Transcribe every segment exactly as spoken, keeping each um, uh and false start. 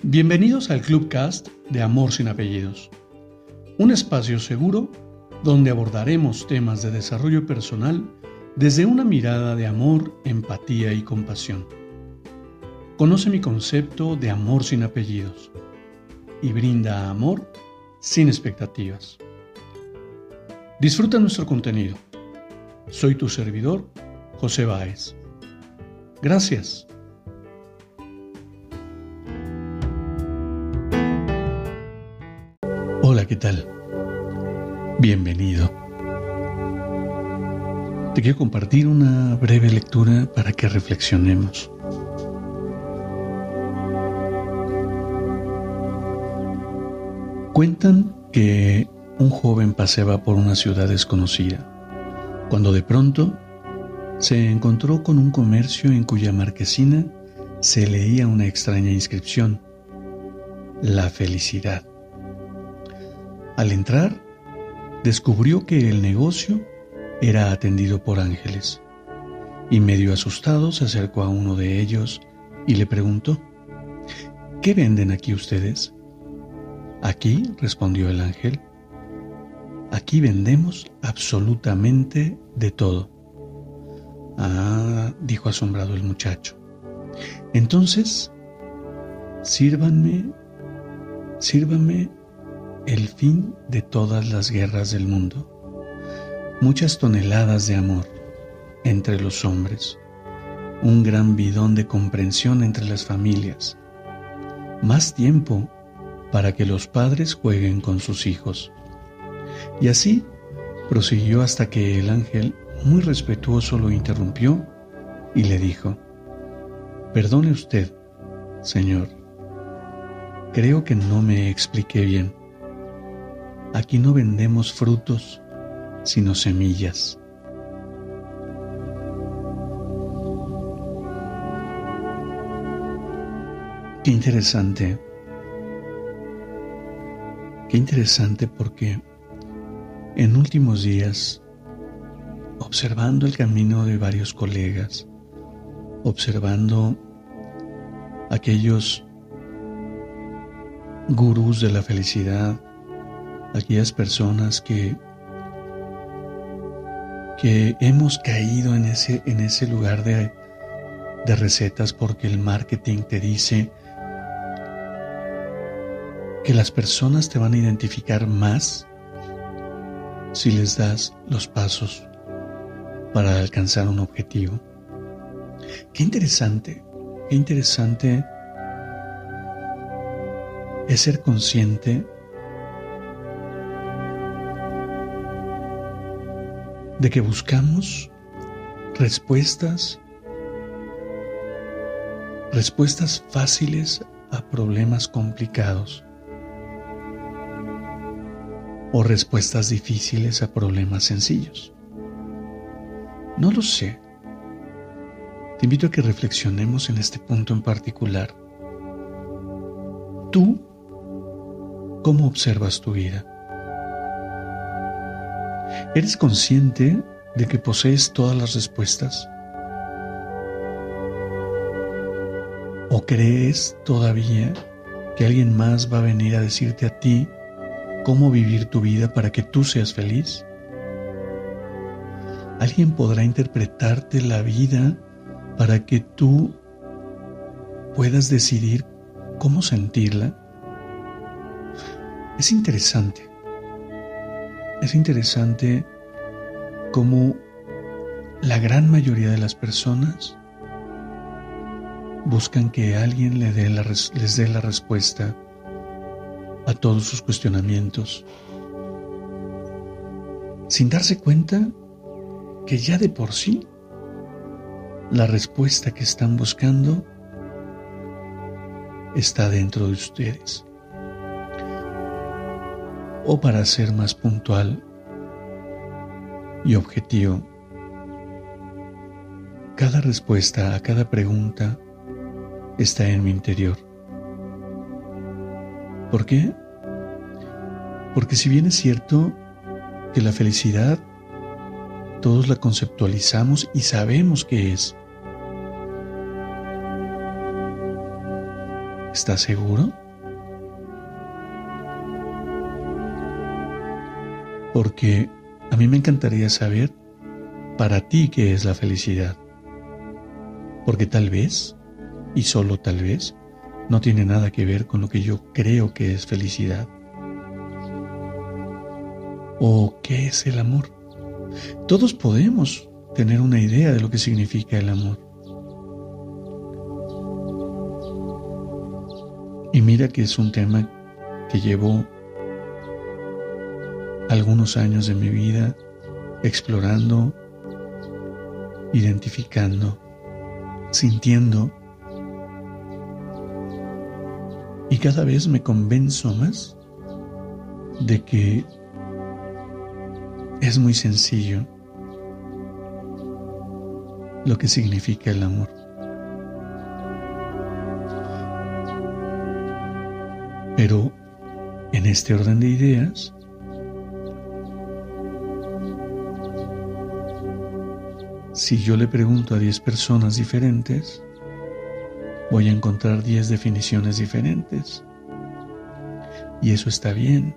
Bienvenidos al Clubcast de Amor sin Apellidos, un espacio seguro donde abordaremos temas de desarrollo personal desde una mirada de amor, empatía y compasión. Conoce mi concepto de amor sin apellidos y brinda amor sin expectativas. Disfruta nuestro contenido. Soy tu servidor, José Báez. Gracias. Hola, ¿qué tal? Bienvenido. Te quiero compartir una breve lectura para que reflexionemos. Cuentan que un joven paseaba por una ciudad desconocida, cuando de pronto se encontró con un comercio en cuya marquesina se leía una extraña inscripción: la felicidad. Al entrar, descubrió que el negocio era atendido por ángeles, y medio asustado se acercó a uno de ellos y le preguntó: ¿qué venden aquí ustedes? Aquí, respondió el ángel, aquí vendemos absolutamente de todo. Ah, dijo asombrado el muchacho. Entonces, sírvanme, sírvanme el fin de todas las guerras del mundo, muchas toneladas de amor entre los hombres, un gran bidón de comprensión entre las familias, más tiempo para que los padres jueguen con sus hijos. Y así prosiguió hasta que el ángel, muy respetuoso, lo interrumpió y le dijo: perdone usted, señor, creo que no me expliqué bien. Aquí no vendemos frutos, sino semillas. Qué interesante. Qué interesante porque en últimos días, observando el camino de varios colegas, observando aquellos gurús de la felicidad, aquellas personas que, que hemos caído en ese, en ese lugar de, de recetas porque el marketing te dice que las personas te van a identificar más si les das los pasos para alcanzar un objetivo. Qué interesante, qué interesante es ser consciente de que buscamos respuestas, respuestas fáciles a problemas complicados o respuestas difíciles a problemas sencillos. No lo sé. Te invito a que reflexionemos en este punto en particular. ¿Tú cómo observas tu vida? ¿Eres consciente de que posees todas las respuestas? ¿O crees todavía que alguien más va a venir a decirte a ti cómo vivir tu vida para que tú seas feliz? ¿Alguien podrá interpretarte la vida para que tú puedas decidir cómo sentirla? Es interesante. Es interesante cómo la gran mayoría de las personas buscan que alguien les dé la, res- les dé la respuesta a todos sus cuestionamientos, sin darse cuenta que ya de por sí la respuesta que están buscando está dentro de ustedes. O para ser más puntual y objetivo, cada respuesta a cada pregunta está en mi interior. ¿Por qué? Porque si bien es cierto que la felicidad todos la conceptualizamos y sabemos qué es, ¿Estás seguro? Porque a mí me encantaría saber para ti qué es la felicidad. Porque tal vez, y solo tal vez, no tiene nada que ver con lo que yo creo que es felicidad. ¿O qué es el amor? Todos podemos tener una idea de lo que significa el amor. Y mira que es un tema que llevo algunos años de mi vida explorando, identificando, sintiendo, y cada vez me convenzo más de que es muy sencillo lo que significa el amor. Pero en este orden de ideas, si yo le pregunto a diez personas diferentes, voy a encontrar diez definiciones diferentes. Y eso está bien.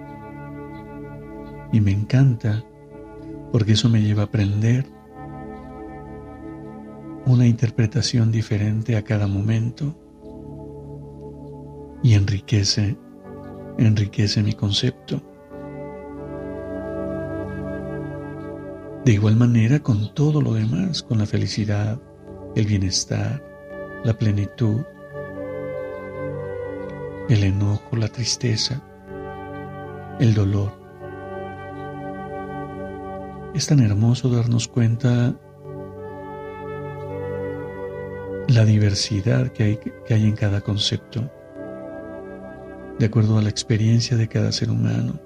Y me encanta, porque eso me lleva a aprender una interpretación diferente a cada momento y enriquece, enriquece mi concepto. De igual manera con todo lo demás, con la felicidad, el bienestar, la plenitud, el enojo, la tristeza, el dolor. Es tan hermoso darnos cuenta la diversidad que hay, que hay en cada concepto, de acuerdo a la experiencia de cada ser humano.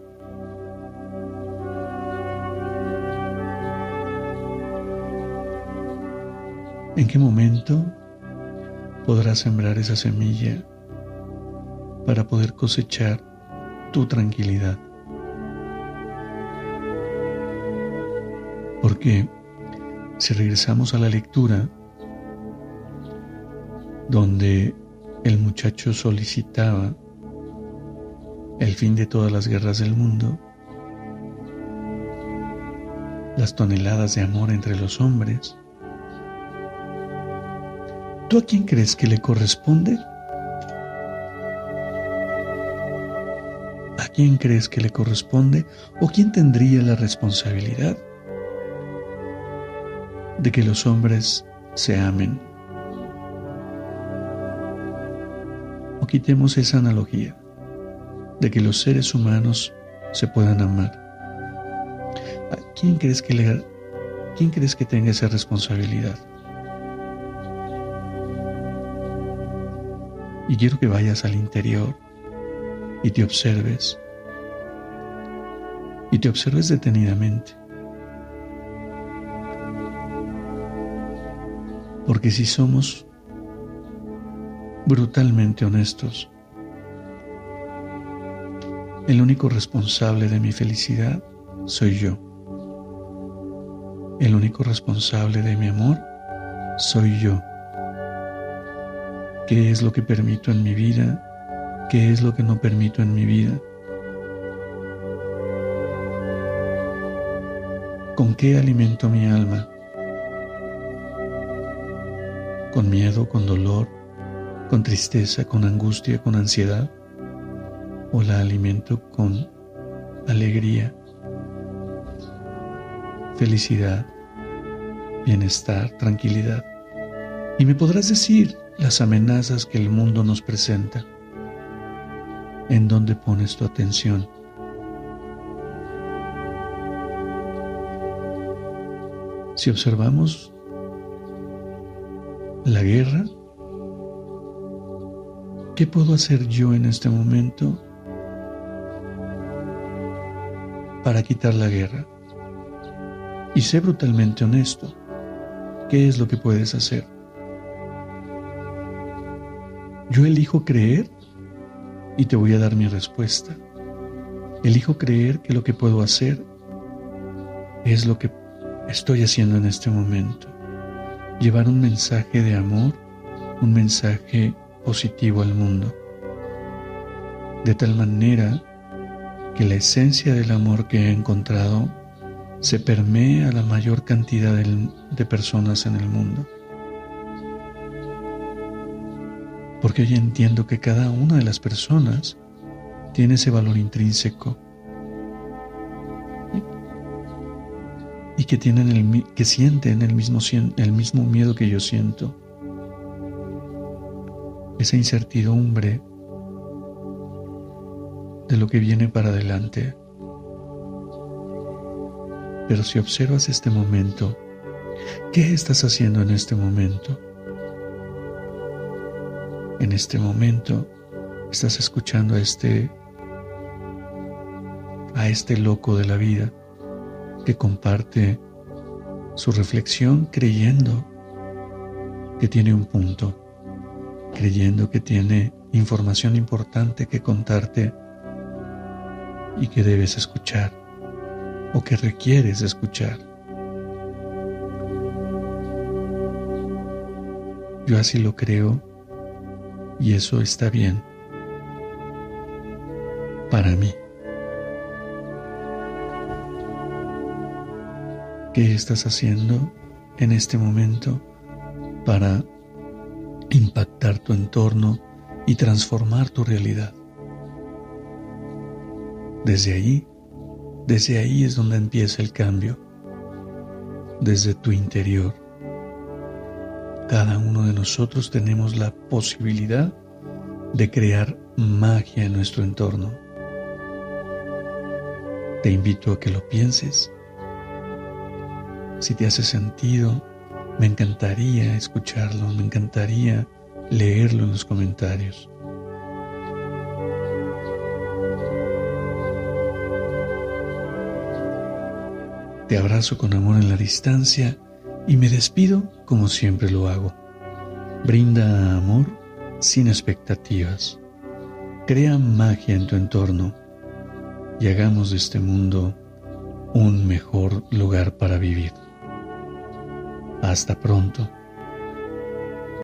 ¿En qué momento podrás sembrar esa semilla para poder cosechar tu tranquilidad? Porque si regresamos a la lectura, donde el muchacho solicitaba el fin de todas las guerras del mundo, las toneladas de amor entre los hombres, ¿tú a quién crees que le corresponde? ¿A quién crees que le corresponde o quién tendría la responsabilidad de que los hombres se amen? O quitemos esa analogía de que los seres humanos se puedan amar. ¿A quién crees que le, quién crees que tenga esa responsabilidad? Y quiero que vayas al interior y te observes. Y te observes detenidamente. Porque si somos brutalmente honestos, el único responsable de mi felicidad soy yo. El único responsable de mi amor soy yo. ¿Qué es lo que permito en mi vida? ¿Qué es lo que no permito en mi vida? ¿Con qué alimento mi alma? ¿Con miedo, con dolor, con tristeza, con angustia, con ansiedad? ¿O la alimento con alegría, felicidad, bienestar, tranquilidad? Y me podrás decir las amenazas que el mundo nos presenta. ¿En dónde pones tu atención? Si observamos la guerra, ¿qué puedo hacer yo en este momento para quitar la guerra? Y sé brutalmente honesto. ¿Qué es lo que puedes hacer? Yo elijo creer y te voy a dar mi respuesta. Elijo creer que lo que puedo hacer es lo que estoy haciendo en este momento. Llevar un mensaje de amor, un mensaje positivo al mundo, de tal manera que la esencia del amor que he encontrado se permee a la mayor cantidad de, de personas en el mundo. Porque hoy entiendo que cada una de las personas tiene ese valor intrínseco y, y que tienen el que sienten el mismo el mismo miedo que yo siento, esa incertidumbre de lo que viene para adelante. Pero si observas este momento, ¿qué estás haciendo en este momento? En este momento estás escuchando a este a este loco de la vida que comparte su reflexión creyendo que tiene un punto, creyendo que tiene información importante que contarte y que debes escuchar o que requieres escuchar. Yo así lo creo y eso está bien para mí. ¿Qué estás haciendo en este momento para impactar tu entorno y transformar tu realidad? Desde ahí, desde ahí es donde empieza el cambio, desde tu interior. Cada uno de nosotros tenemos la posibilidad de crear magia en nuestro entorno. Te invito a que lo pienses. Si te hace sentido, me encantaría escucharlo, me encantaría leerlo en los comentarios. Te abrazo con amor en la distancia y me despido como siempre lo hago. Brinda amor sin expectativas. Crea magia en tu entorno y hagamos de este mundo un mejor lugar para vivir. Hasta pronto.